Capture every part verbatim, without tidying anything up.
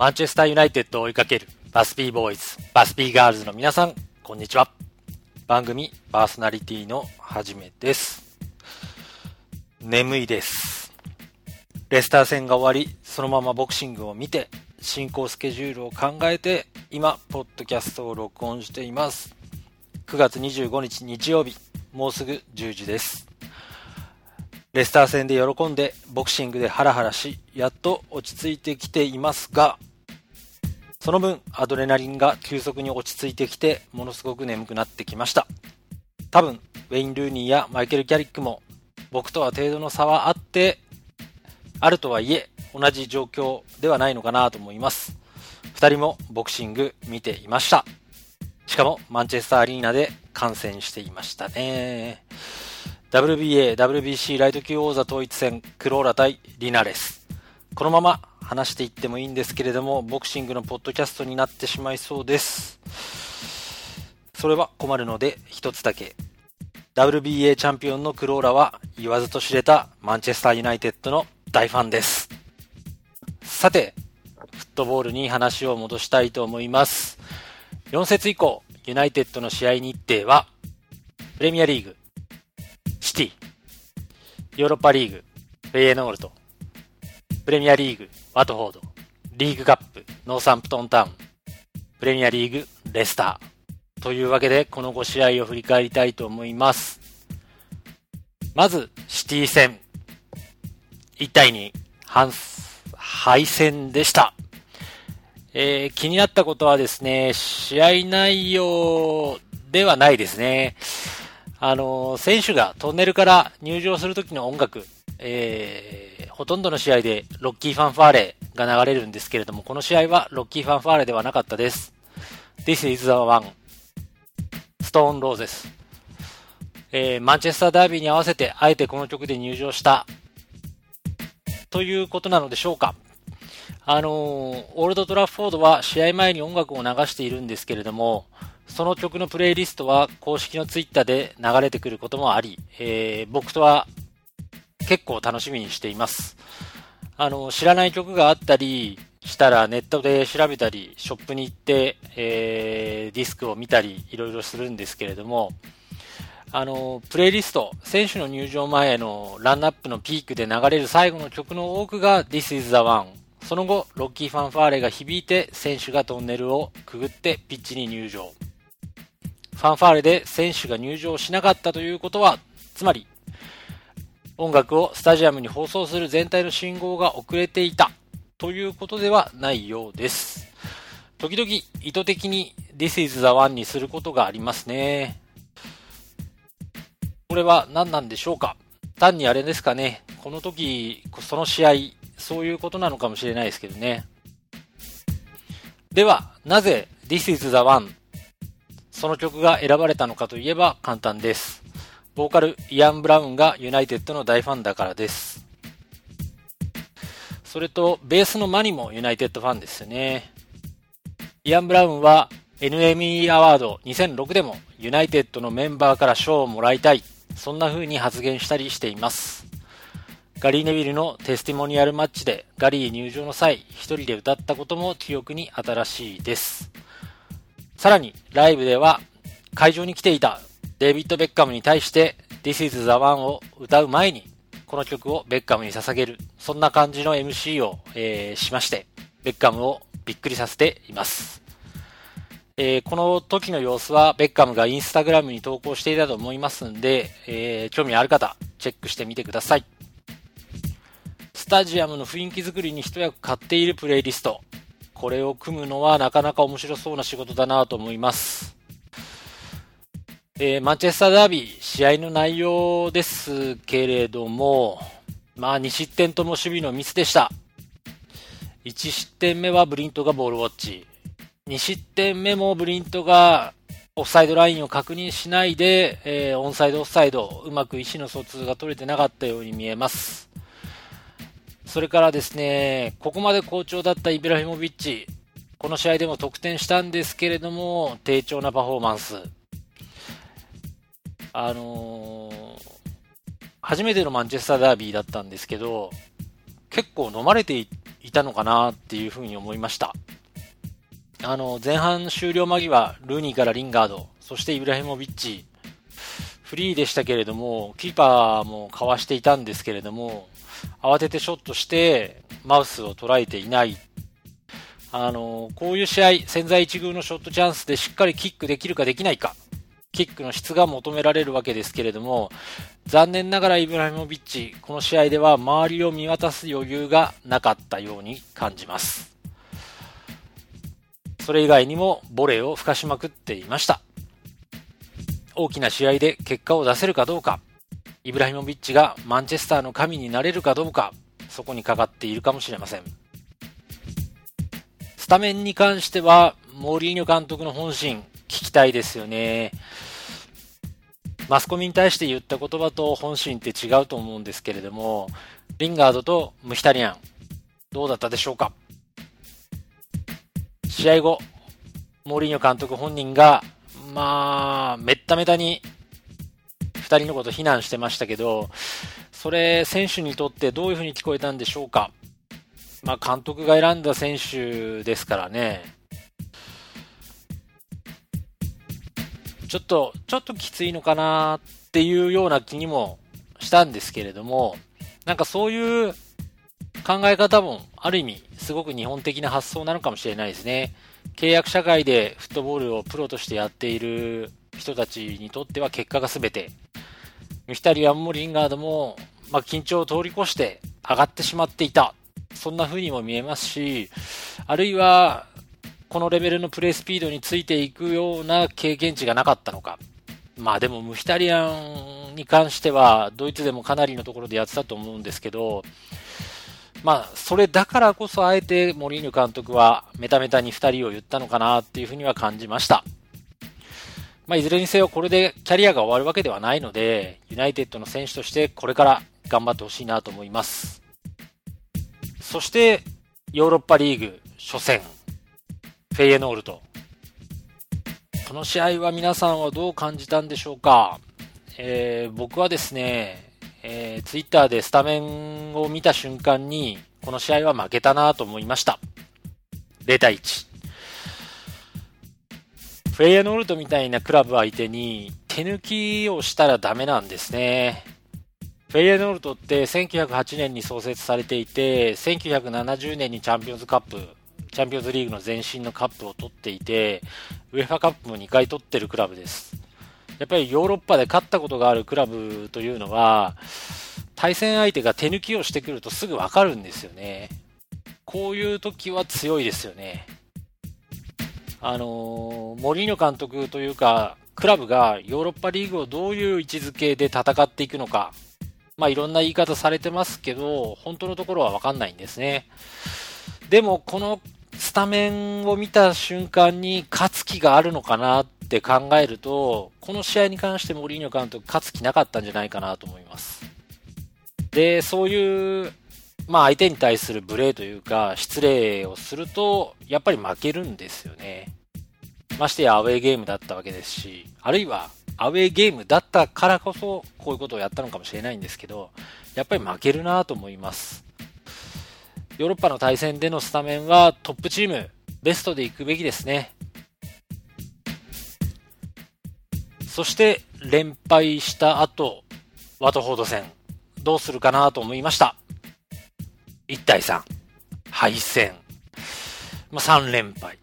マンチェスターユナイテッドを追いかけるバスピーボーイズ、バスピーガールズの皆さん、こんにちは。番組パーソナリティのはじめです。眠いです。レスター戦が終わり、そのままボクシングを見て、進行スケジュールを考えて、今、ポッドキャストを録音しています。くがつにじゅうごにち日曜日、もうすぐじゅうじです。レスター戦で喜んで、ボクシングでハラハラし、やっと落ち着いてきていますが、その分、アドレナリンが急速に落ち着いてきて、ものすごく眠くなってきました。多分、ウェイン・ルーニーやマイケル・キャリックも、僕とは程度の差はあって、あるとはいえ、同じ状況ではないのかなと思います。二人もボクシング見ていました。しかも、マンチェスターアリーナで観戦していましたね。ダブリュービーエー、ダブリュービーシー ライト級王座統一戦、クローラ対リナレス。このまま話していってもいいんですけれども、ボクシングのポッドキャストになってしまいそうです。それは困るので一つだけ。ダブリュービーエー チャンピオンのクローラは言わずと知れたマンチェスターユナイテッドの大ファンです。さて、フットボールに話を戻したいと思います。よん節以降、ユナイテッドの試合日程は、プレミアリーグ、シティ、ヨーロッパリーグ、フェイエノールト、プレミアリーグ、ワトフォード、リーグカップ、ノーサンプトンタウン、プレミアリーグ、レスター。というわけで、このご試合を振り返りたいと思います。まず、シティ戦。いちたいに、敗戦でした。えー、気になったことはですね、試合内容ではないですね。あの、選手がトンネルから入場するときの音楽、えー、ほとんどの試合でロッキーファンファーレが流れるんですけれども、この試合はロッキーファンファーレではなかったです。This is the one. ストーンローゼス。えー、マンチェスターダービーに合わせて、あえてこの曲で入場した、ということなのでしょうか。あのー、オールドトラフォードは試合前に音楽を流しているんですけれども、その曲のプレイリストは公式のツイッターで流れてくることもあり、えー、僕とは結構楽しみにしています。あの、知らない曲があったりしたらネットで調べたり、ショップに行って、えー、ディスクを見たり、いろいろするんですけれども、あの、プレイリスト、選手の入場前のランナップのピークで流れる最後の曲の多くが This is the one。その後、ロッキーファンファーレが響いて、選手がトンネルをくぐってピッチに入場。ファンファーレで選手が入場しなかったということは、つまり、音楽をスタジアムに放送する全体の信号が遅れていたということではないようです。時々意図的に This is the one にすることがありますね。これは何なんでしょうか。単にあれですかね。この時、その試合、そういうことなのかもしれないですけどね。では、なぜ This is the oneその曲が選ばれたのかといえば簡単です。ボーカルイアン・ブラウンがユナイテッドの大ファンだからです。それとベースのマニもユナイテッドファンですよね。イアン・ブラウンは エヌエムイー アワードにせんろくでもユナイテッドのメンバーから賞をもらいたい、そんな風に発言したりしています。ガリー・ネビルのテスティモニアルマッチでガリー入場の際一人で歌ったことも記憶に新しいです。さらにライブでは会場に来ていたデイビッド・ベッカムに対して This is the one を歌う前にこの曲をベッカムに捧げる、そんな感じの エムシー を、えー、しましてベッカムをびっくりさせています。えー、この時の様子はベッカムがインスタグラムに投稿していたと思いますんで、えー、興味ある方チェックしてみてください。スタジアムの雰囲気作りに一役買っているプレイリスト、これを組むのはなかなか面白そうな仕事だなと思います。えー、マンチェスターダービー、試合の内容ですけれども、まあに失点とも守備のミスでした。いち失点目はブリントがボールウォッチ。に失点目もブリントがオフサイドラインを確認しないで、えー、オンサイドオフサイド、うまく意思の疎通が取れてなかったように見えます。それからですね、ここまで好調だったイブラヒモビッチ、この試合でも得点したんですけれども、低調なパフォーマンス。あのー、初めてのマンチェスターダービーだったんですけど、結構飲まれていたのかなっていうふうに思いました。あの、前半終了間際、ルーニーからリンガード、そしてイブラヒモビッチ、フリーでしたけれども、キーパーもかわしていたんですけれども、慌ててショットしてマウスを捉えていない。あの、こういう試合、千載一遇のショットチャンスでしっかりキックできるかできないか、キックの質が求められるわけですけれども、残念ながらイブラヒモビッチ、この試合では周りを見渡す余裕がなかったように感じます。それ以外にもボレーを吹かしまくっていました。大きな試合で結果を出せるかどうか、イブラヒモビッチがマンチェスターの神になれるかどうか、そこにかかっているかもしれません。スタメンに関してはモーリーニョ監督の本心聞きたいですよね。マスコミに対して言った言葉と本心って違うと思うんですけれども、リンガードとムヒタリアンどうだったでしょうか。試合後、モーリーニョ監督本人がまあめっためたにふたりのこと非難してましたけど、それ選手にとってどういうふうに聞こえたんでしょうか。まあ監督が選んだ選手ですからね。ちょっとちょっときついのかなっていうような気にもしたんですけれども、なんかそういう考え方もある意味すごく日本的な発想なのかもしれないですね。契約社会でフットボールをプロとしてやっている人たちにとっては結果が全て。ミヒタリアンもリンガードも、まあ、緊張を通り越して上がってしまっていた。そんな風にも見えますし、あるいはこのレベルのプレースピードについていくような経験値がなかったのか。まあでもムヒタリアンに関してはドイツでもかなりのところでやってたと思うんですけど、まあそれだからこそあえてモリーニョ監督はメタメタにふたりを言ったのかなっていうふうには感じました。まあいずれにせよこれでキャリアが終わるわけではないので、ユナイテッドの選手としてこれから頑張ってほしいなと思います。そしてヨーロッパリーグ初戦、フェイエノールト。この試合は皆さんはどう感じたんでしょうか。えー、僕はですね、えー、ツイッターでスタメンを見た瞬間にこの試合は負けたなと思いました。ゼロたいいち。フェイエノールトみたいなクラブ相手に手抜きをしたらダメなんですね。フェイエノールトってせんきゅうひゃくはちねんに創設されていて、せんきゅうひゃくななじゅうねんにチャンピオンズカップ、チャンピオンズリーグの前身のカップを取っていて、ウェファカップもにかい取ってるクラブです。やっぱりヨーロッパで勝ったことがあるクラブというのは、対戦相手が手抜きをしてくるとすぐわかるんですよね。こういう時は強いですよね。あのー、モリーニョ監督というか、クラブがヨーロッパリーグをどういう位置づけで戦っていくのか、まあいろんな言い方されてますけど、本当のところはわかんないんですね。でもこのスタメンを見た瞬間に勝つ気があるのかなって考えると、この試合に関してモリーニョ監督勝つ気なかったんじゃないかなと思います。で、そういうまあ相手に対する無礼というか失礼をするとやっぱり負けるんですよね。ましてやアウェーゲームだったわけですし、あるいはアウェーゲームだったからこそこういうことをやったのかもしれないんですけど、やっぱり負けるなと思います。ヨーロッパの対戦でのスタメンはトップチームベストでいくべきですね。そして連敗した後、ワトフォード戦どうするかなと思いました。いちたいさん敗戦、まあ、さん連敗。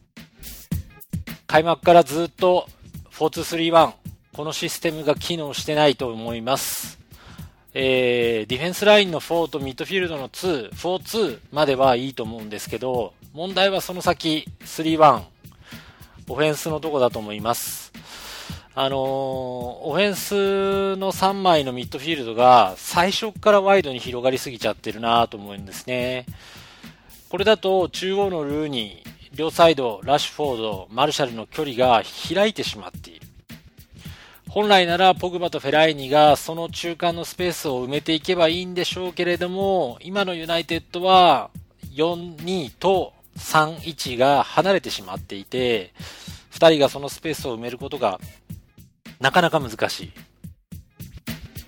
開幕からずっと フォーツースリーワン このシステムが機能してないと思います。えー、ディフェンスラインのフォーとミッドフィールドのツー、フォーツー まではいいと思うんですけど、問題はその先スリーワン、オフェンスのとこだと思います。あのー、オフェンスのさんまいのミッドフィールドが最初からワイドに広がりすぎちゃってるなと思うんですね。これだと中央のルーニー、両サイドラッシュフォード、マルシャルの距離が開いてしまっている。本来ならポグバとフェライニがその中間のスペースを埋めていけばいいんでしょうけれども、今のユナイテッドはよんにとさんいちが離れてしまっていて、ふたりがそのスペースを埋めることがなかなか難しい。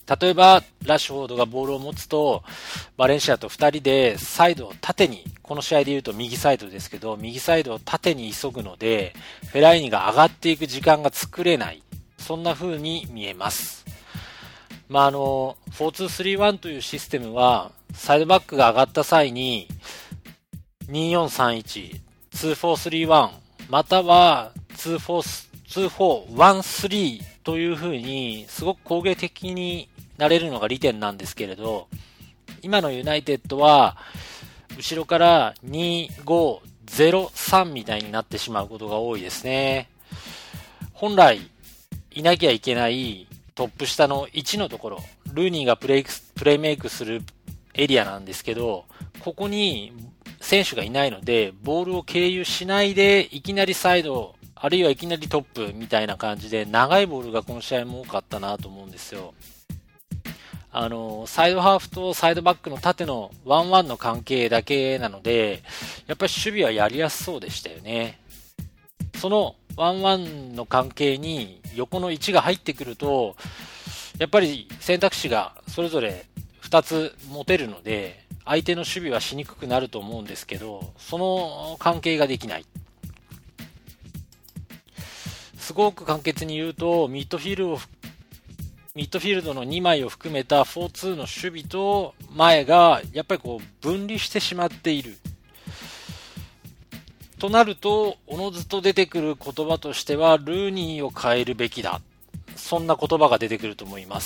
例えばラッシュフォードがボールを持つとバレンシアとふたりでサイドを縦に、この試合でいうと右サイドですけど、右サイドを縦に急ぐのでフェライニが上がっていく時間が作れない、そんな風に見えます。まああの フォーツースリーワン というシステムはサイドバックが上がった際ににーよんさんいち、にーフォースリーワンまたはにーフォーワンスリーという風にすごく攻撃的になれるのが利点なんですけれど、今のユナイテッドは後ろからにごゼロさんみたいになってしまうことが多いですね。本来いなきゃいけないトップ下のいちのところ、ルーニーがプレイ、プレイメイクするエリアなんですけど、ここに選手がいないのでボールを経由しないでいきなりサイド、あるいはいきなりトップみたいな感じで長いボールがこの試合も多かったなと思うんですよ。あのサイドハーフとサイドバックの縦のワンワンの関係だけなので、やっぱり守備はやりやすそうでしたよね。そのワンワンの関係に横のいちが入ってくると、やっぱり選択肢がそれぞれふたつ持てるので相手の守備はしにくくなると思うんですけど、その関係ができない。すごく簡潔に言うと、ミッドフィールドをミッドフィールドのにまいを含めた フォーツー の守備と前がやっぱりこう分離してしまっているとなると、おのずと出てくる言葉としてはルーニーを変えるべきだ、そんな言葉が出てくると思います。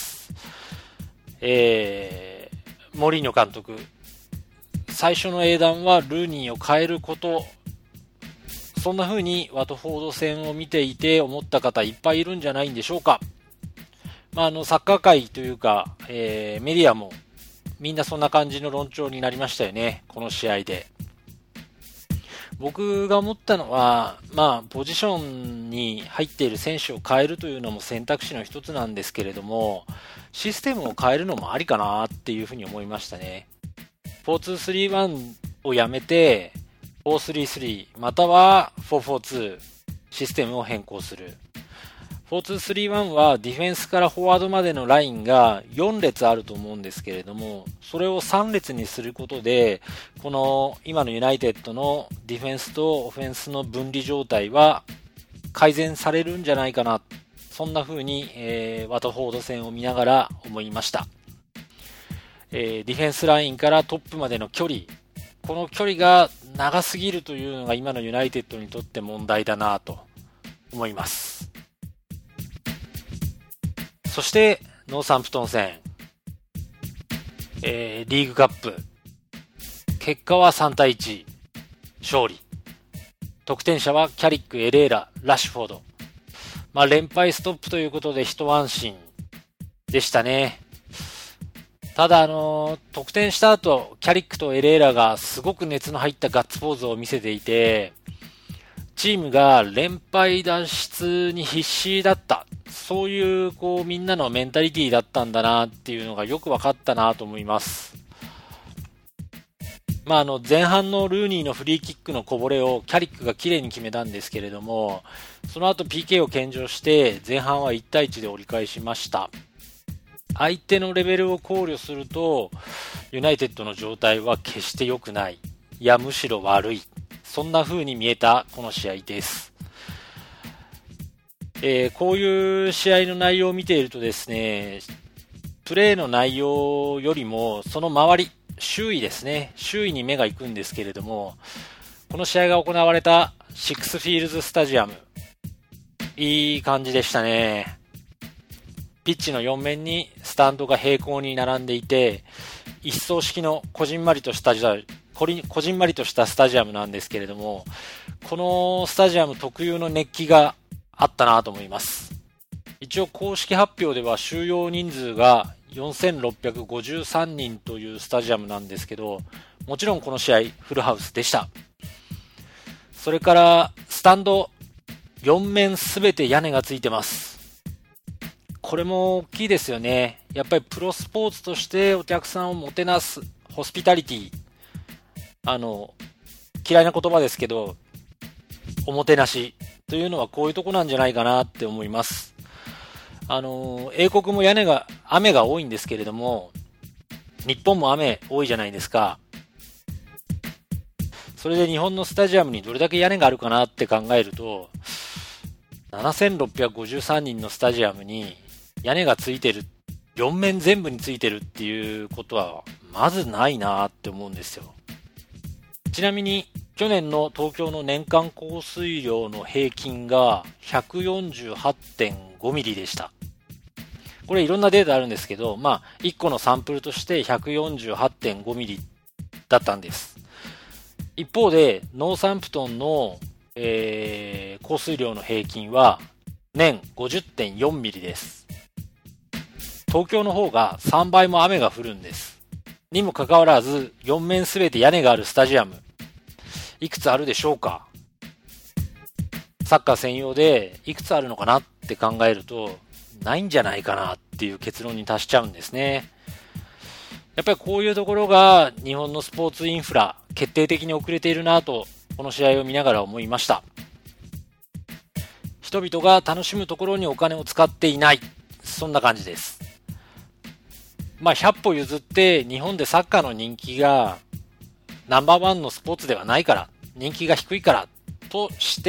えー、モリーニョ監督、最初の英断はルーニーを変えること、そんな風にワトフォード戦を見ていて思った方いっぱいいるんじゃないんでしょうか。まあ、あのサッカー界というか、えー、メディアもみんなそんな感じの論調になりましたよね、この試合で。僕が思ったのは、まあ、ポジションに入っている選手を変えるというのも選択肢の一つなんですけれども、システムを変えるのもありかなっていうふうに思いましたね。フォーツースリーワン をやめてフォースリースリーまたはフォーフォーツーシステムを変更する。フォーツースリーワン はディフェンスからフォワードまでのラインがよん列あると思うんですけれども、それをさん列にすることで、この今のユナイテッドのディフェンスとオフェンスの分離状態は改善されるんじゃないかな、そんな風に、えー、ワトフォード戦を見ながら思いました。えー、ディフェンスラインからトップまでの距離、この距離が長すぎるというのが今のユナイテッドにとって問題だなと思います。そしてノーサンプトン戦、えー、リーグカップ結果はさんたいいち勝利。得点者はキャリック、エレーラ、ラッシュフォード。まあ、連敗ストップということで一安心でしたね。ただ、あのー、得点した後キャリックとエレーラがすごく熱の入ったガッツポーズを見せていて、チームが連敗脱出に必死だった、そういうこうみんなのメンタリティだったんだなっていうのがよく分かったなと思います。まあ、あの前半のルーニーのフリーキックのこぼれをキャリックが綺麗に決めたんですけれども、その後 ピーケー を献上して前半はいちたいいちで折り返しました。相手のレベルを考慮するとユナイテッドの状態は決して良くない、いやむしろ悪い、そんな風に見えたこの試合です。えー、こういう試合の内容を見ているとですね、プレーの内容よりもその周り、周囲ですね、周囲に目が行くんですけれども、この試合が行われたシックスフィールズスタジアム、いい感じでしたね。ピッチのよん面にスタンドが平行に並んでいて、一層式のこじんまりとしたこじんまりとしたスタジアムなんですけれども、このスタジアム特有の熱気があったなと思います。一応公式発表では収容人数がよんせんろっぴゃくごじゅうさんにんというスタジアムなんですけど、もちろんこの試合フルハウスでした。それからスタンドよん面すべて屋根がついてます。これも大きいですよね。やっぱりプロスポーツとしてお客さんをもてなすホスピタリティ、あの嫌いな言葉ですけどおもてなしというのはこういうとこなんじゃないかなって思います。あの英国も屋根が雨が多いんですけれども、日本も雨多いじゃないですか。それで日本のスタジアムにどれだけ屋根があるかなって考えると、ななせんろっぴゃくごじゅうさんにんのスタジアムに屋根がついてる、よん面全部についてるっていうことはまずないなって思うんですよ。ちなみに去年の東京の年間降水量の平均が ひゃくよんじゅうはちてんご ミリでした。これいろんなデータあるんですけど、まあいっこのサンプルとして ひゃくよんじゅうはちてんご ミリだったんです。一方でノーサンプトンの、えー、降水量の平均は年 ごじゅってんよん ミリです。東京の方がさんばいも雨が降るんです。にもかかわらずよん面すべて屋根があるスタジアム、いくつあるでしょうか。サッカー専用でいくつあるのかなって考えると、ないんじゃないかなっていう結論に達しちゃうんですね。やっぱりこういうところが日本のスポーツインフラ、決定的に遅れているなと、この試合を見ながら思いました。人々が楽しむところにお金を使っていない。そんな感じです。まあひゃっぽ譲って日本でサッカーの人気がナンバーワンのスポーツではないから、人気が低いからとして、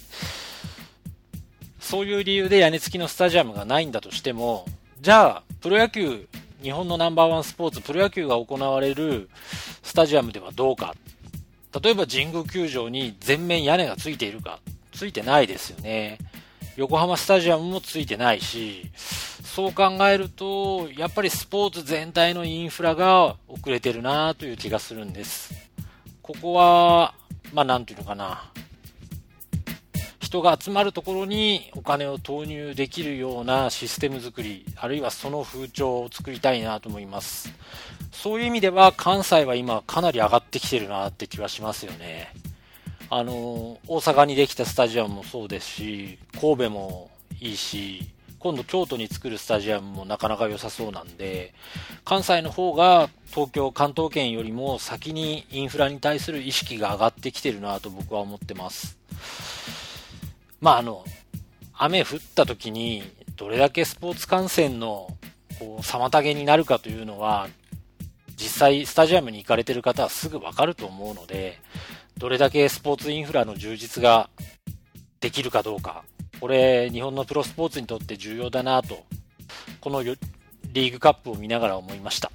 そういう理由で屋根付きのスタジアムがないんだとしても、じゃあプロ野球、日本のナンバーワンスポーツ、プロ野球が行われるスタジアムではどうか。例えば神宮球場に全面屋根がついているか。ついてないですよね。横浜スタジアムもついてないし、そう考えるとやっぱりスポーツ全体のインフラが遅れてるなという気がするんです。ここはまあなんていうのかな、人が集まるところにお金を投入できるようなシステム作り、あるいはその風潮を作りたいなと思います。そういう意味では関西は今かなり上がってきてるなって気はしますよね。あの大阪にできたスタジアムもそうですし、神戸もいいし、今度京都に作るスタジアムもなかなか良さそうなんで、関西の方が東京、関東圏よりも先にインフラに対する意識が上がってきてるなと僕は思ってます。まああの雨降った時にどれだけスポーツ観戦のこう妨げになるかというのは、実際スタジアムに行かれてる方はすぐ分かると思うので、どれだけスポーツインフラの充実ができるかどうか、これ日本のプロスポーツにとって重要だなと、このリーグカップを見ながら思いました。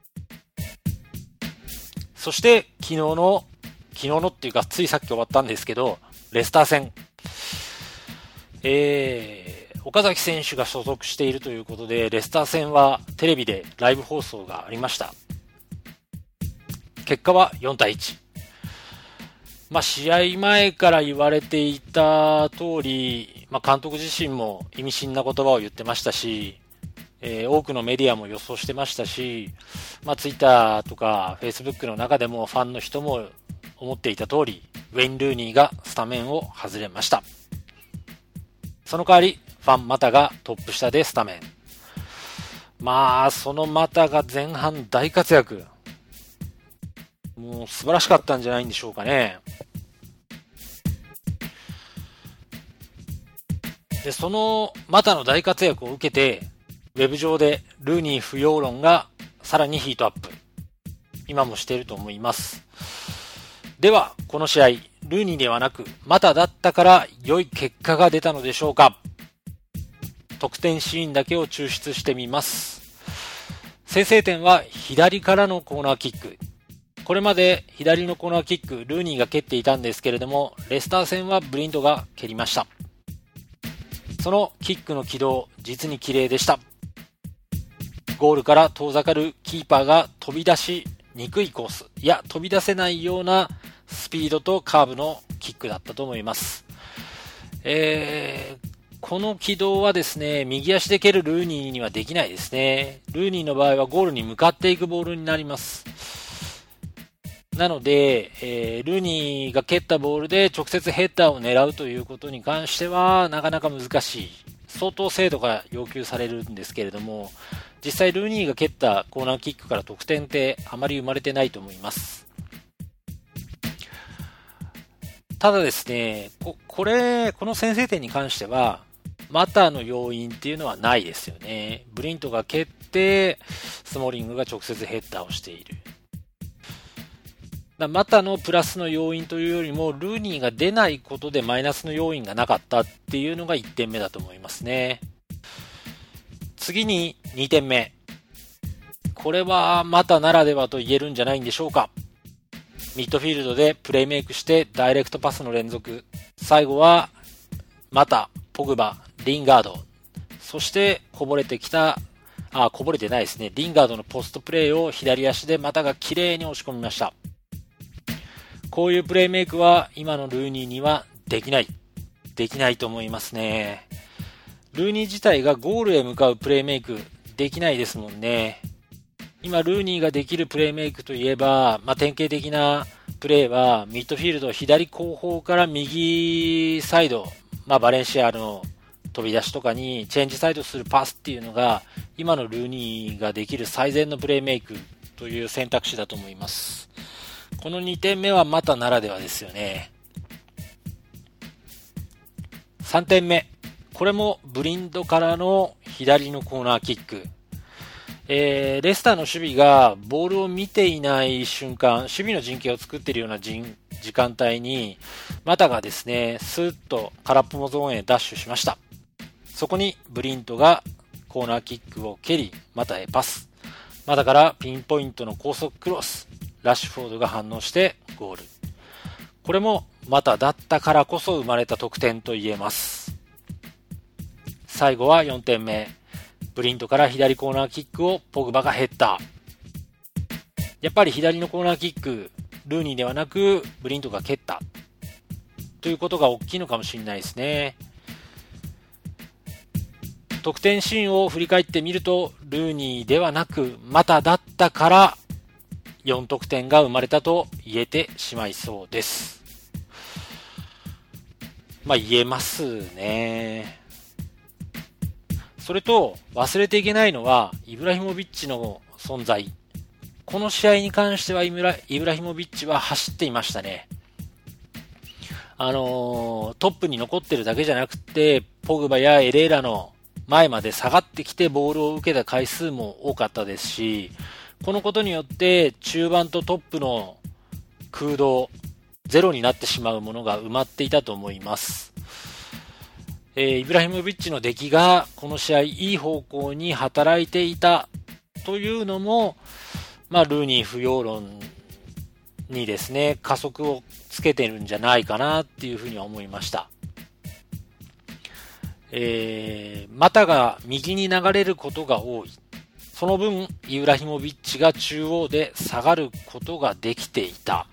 そして昨日の昨日のっていうかついさっき終わったんですけど、レスター戦、えー、岡崎選手が所属しているということで、レスター戦はテレビでライブ放送がありました。結果はよんたいいち。まあ、試合前から言われていた通り、まあ、監督自身も意味深な言葉を言ってましたし、えー、多くのメディアも予想してましたし、まあ、ツイッターとかフェイスブックの中でもファンの人も思っていた通り、ウェイン・ルーニーがスタメンを外れました。その代わりファン・マタがトップ下でスタメン。まあそのマタが前半大活躍、もう素晴らしかったんじゃないんでしょうかね。でそのマタの大活躍を受けて、ウェブ上でルーニー不要論がさらにヒートアップ、今もしていると思います。ではこの試合、ルーニーではなくマタだったから良い結果が出たのでしょうか。得点シーンだけを抽出してみます。先制点は左からのコーナーキック。これまで左のコーナーキックルーニーが蹴っていたんですけれども、レスター戦はブリントが蹴りました。そのキックの軌道、実に綺麗でした。ゴールから遠ざかるキーパーが飛び出しにくいコース、いや飛び出せないようなスピードとカーブのキックだったと思います。えー、この軌道はですね、右足で蹴るルーニーにはできないですね。ルーニーの場合はゴールに向かっていくボールになります。なので、えー、ルーニーが蹴ったボールで直接ヘッダーを狙うということに関してはなかなか難しい。相当精度が要求されるんですけれども、実際ルーニーが蹴ったコーナーキックから得点ってあまり生まれてないと思います。ただですね、こ、これ、この先制点に関しては、 股の要因っていうのはないですよね。ブリントが蹴って、スモーリングが直接ヘッダーをしている。だ股のプラスの要因というよりも、ルーニーが出ないことでマイナスの要因がなかったっていうのがいってんめだと思いますね。次ににてんめ。これは股ならではと言えるんじゃないんでしょうか。ミッドフィールドでプレイメイクしてダイレクトパスの連続。最後は股、ポグバ、リンガード。そしてこぼれてきた、あ、こぼれてないですね。リンガードのポストプレーを左足で股が綺麗に押し込みました。こういうプレイメイクは今のルーニーにはできない。できないと思いますね。ルーニー自体がゴールへ向かうプレイメイクできないですもんね。今ルーニーができるプレイメイクといえば、まあ、典型的なプレーはミッドフィールド左後方から右サイド、まあ、バレンシアの飛び出しとかにチェンジサイドするパスっていうのが今のルーニーができる最善のプレイメイクという選択肢だと思います。このにてんめはまたならではですよね。さんてんめ。これもブリントからの左のコーナーキック。えー、レスターの守備がボールを見ていない瞬間、守備の陣形を作っているような時間帯に、マタがですね、スーッと空っぽのゾーンへダッシュしました。そこにブリントがコーナーキックを蹴り、マタへパス。マタからピンポイントの高速クロス。ラッシュフォードが反応してゴール。これもマタだったからこそ生まれた得点と言えます。最後はよんてんめ。ブリントから左コーナーキックをポグバがヘッダー。やっぱり左のコーナーキック、ルーニーではなくブリントが蹴ったということが大きいのかもしれないですね。得点シーンを振り返ってみると、ルーニーではなくマタだったからよんとくてんが生まれたと言えてしまいそうです。まあ言えますね。それと忘れていけないのはイブラヒモビッチの存在。この試合に関してはイブラ、イブラヒモビッチは走っていましたね。あのー、トップに残ってるだけじゃなくて、ポグバやエレーラの前まで下がってきてボールを受けた回数も多かったですし、このことによって中盤とトップの空洞、ゼロになってしまうものが埋まっていたと思います。えー、イブラヒモビッチの出来がこの試合いい方向に働いていたというのも、まあ、ルーニー不要論にですね、加速をつけてるんじゃないかなっていうふうには思いました。えー、股が右に流れることが多い。その分、イブラヒモビッチが中央で下がることができていた。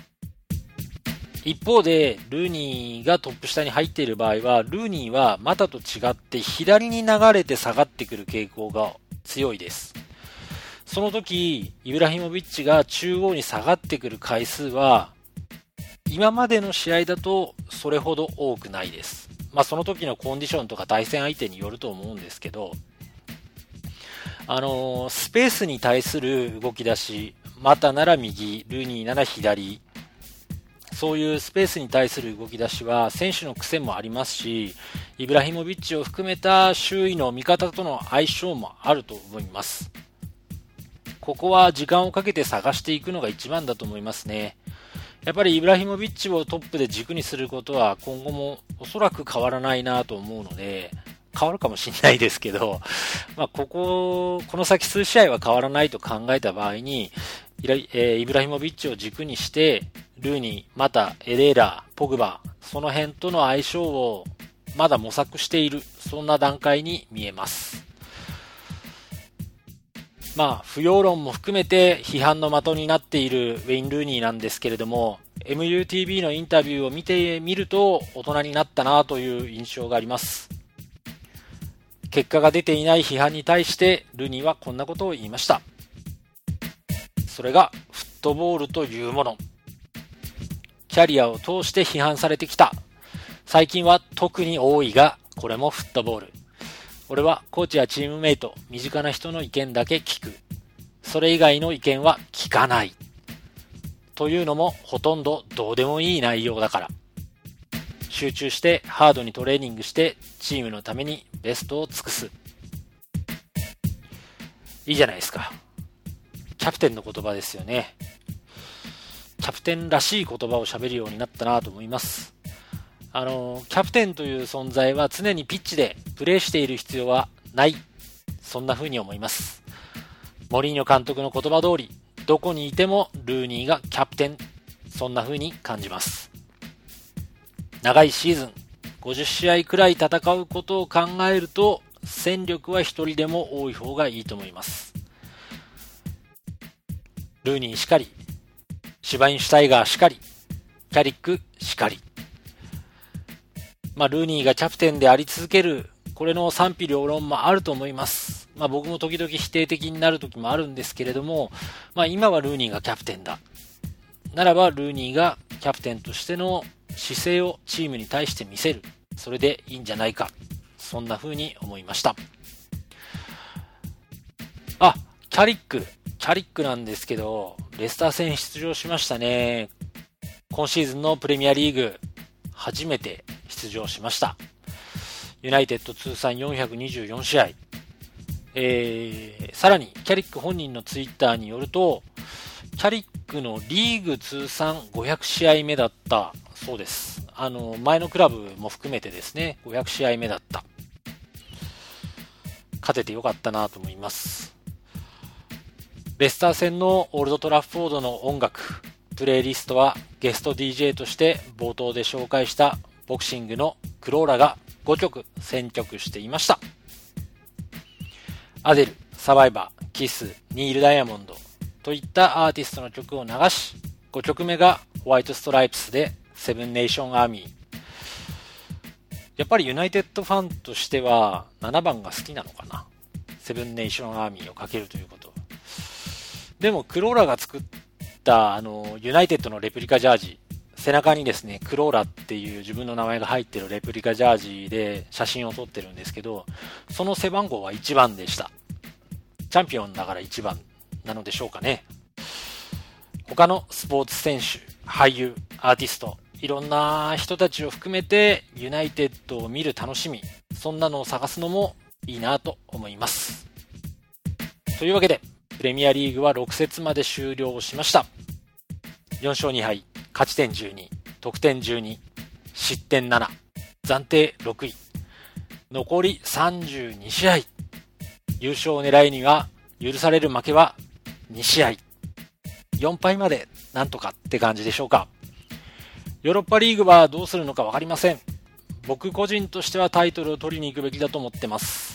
一方で、ルーニーがトップ下に入っている場合は、ルーニーは股と違って左に流れて下がってくる傾向が強いです。その時、イブラヒモビッチが中央に下がってくる回数は、今までの試合だとそれほど多くないです。まあその時のコンディションとか対戦相手によると思うんですけど、あのー、スペースに対する動き出し、股なら右、ルーニーなら左、そういうスペースに対する動き出しは選手の癖もありますし、イブラヒモビッチを含めた周囲の味方との相性もあると思います。ここは時間をかけて探していくのが一番だと思いますね。やっぱりイブラヒモビッチをトップで軸にすることは今後もおそらく変わらないなと思うので、変わるかもしれないですけど、まあここ、この先数試合は変わらないと考えた場合に、イブラヒモビッチを軸にして、ルーニー、またエレーラ、ポグバ、その辺との相性をまだ模索している、そんな段階に見えます。まあ、不要論も含めて批判の的になっているウェイン・ルーニーなんですけれども、エムユーティービー のインタビューを見てみると大人になったなという印象があります。結果が出ていない批判に対してルーニーはこんなことを言いました。それがフットボールというもの。キャリアを通して批判されてきた。最近は特に多いが、これもフットボール。俺はコーチやチームメイト、身近な人の意見だけ聞く。それ以外の意見は聞かない。というのもほとんどどうでもいい内容だから。 集中してハードにトレーニングしてチームのためにベストを尽くす。いいじゃないですか。キャプテンの言葉ですよね。キャプテンらしい言葉を喋るようになったなと思います。あのキャプテンという存在は常にピッチでプレーしている必要はない、そんな風に思います。モリーニョ監督の言葉通り、どこにいてもルーニーがキャプテン、そんな風に感じます。長いシーズンごじゅっしあいくらい戦うことを考えると、戦力は一人でも多い方がいいと思います。ルーニーしかり、シュバインシュタイガーしかり、キャリックしかり、まあ、ルーニーがキャプテンであり続ける、これの賛否両論もあると思います。まあ、僕も時々否定的になる時もあるんですけれども、まあ、今はルーニーがキャプテンだ。ならばルーニーがキャプテンとしての姿勢をチームに対して見せる。それでいいんじゃないか。そんな風に思いました。あ、キャリック。キャリックなんですけど、レスター戦出場しましたね。今シーズンのプレミアリーグ、初めて出場しました。ユナイテッド通算よんひゃくにじゅうよんしあい。えー、さらにキャリック本人のツイッターによると、キャリックのリーグ通算ごひゃくしあいめだったそうです。あの前のクラブも含めてですね、ごひゃくしあいめだった。勝ててよかったなと思います。レスター戦のオールドトラッフォードの音楽プレイリストは、ゲスト ディージェー として冒頭で紹介したボクシングのクローラがごきょく選曲していました。アデル、サバイバー、キス、ニール・ダイヤモンドといったアーティストの曲を流し、ごきょくめがホワイトストライプスでセブンネーションアーミー。やっぱりユナイテッドファンとしてはななばんが好きなのかな。セブンネーションアーミーをかけるということ。でもクローラが作ったあのユナイテッドのレプリカジャージ、背中にですね、クローラっていう自分の名前が入ってるレプリカジャージで写真を撮ってるんですけど、その背番号はいちばんでした。チャンピオンだからいちばんなのでしょうかね。他のスポーツ選手、俳優、アーティスト、いろんな人たちを含めてユナイテッドを見る楽しみ、そんなのを探すのもいいなと思います。というわけでプレミアリーグはろくせつまで終了しました。よんしょうにはい、勝ち点じゅうに、得点じゅうに、失点なな、暫定ろくい、残りさんじゅうにしあい、優勝を狙いには許される負けはにしあい、よんぱいまでなんとかって感じでしょうか。ヨーロッパリーグはどうするのか分かりません。僕個人としてはタイトルを取りに行くべきだと思ってます。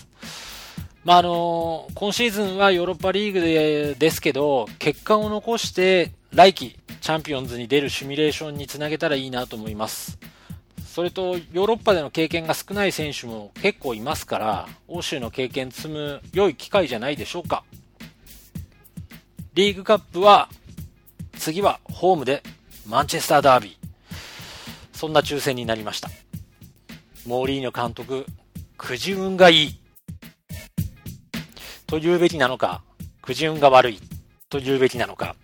まああの今シーズンはヨーロッパリーグでですけど、結果を残して来季チャンピオンズに出るシミュレーションにつなげたらいいなと思います。それとヨーロッパでの経験が少ない選手も結構いますから、欧州の経験積む良い機会じゃないでしょうか。リーグカップは次はホームでマンチェスターダービー、そんな抽選になりました。モーリーニョ監督、くじ運がいいと言うべきなのか、くじ運が悪いと言うべきなのか、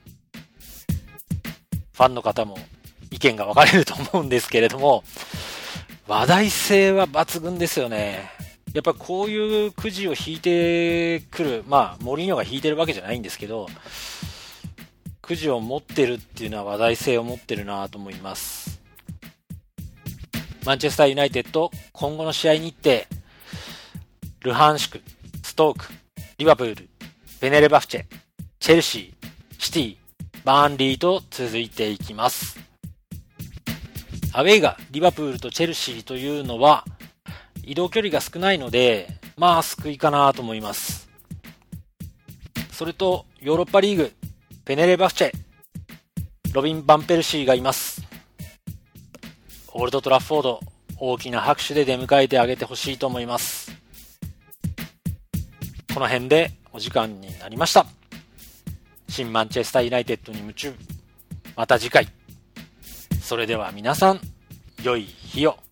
ファンの方も意見が分かれると思うんですけれども、話題性は抜群ですよね。やっぱこういうくじを引いてくる、まあモーリーニョが引いてるわけじゃないんですけど、くじを持ってるっていうのは話題性を持ってるなと思います。マンチェスターユナイテッド、今後の試合日程、ルハンシク、ストーク、リバプール、ベネレバフチェ、チェルシー、シティ、バーンリーと続いていきます。アウェイがリバプールとチェルシーというのは移動距離が少ないので、まあ救いかなと思います。それとヨーロッパリーグ、ベネレバフチェ、ロビン・バンペルシーがいます。オールドトラッフォード、大きな拍手で出迎えてあげてほしいと思います。この辺でお時間になりました。新マンチェスターユナイテッドに夢中。また次回。それでは皆さん、良い日を。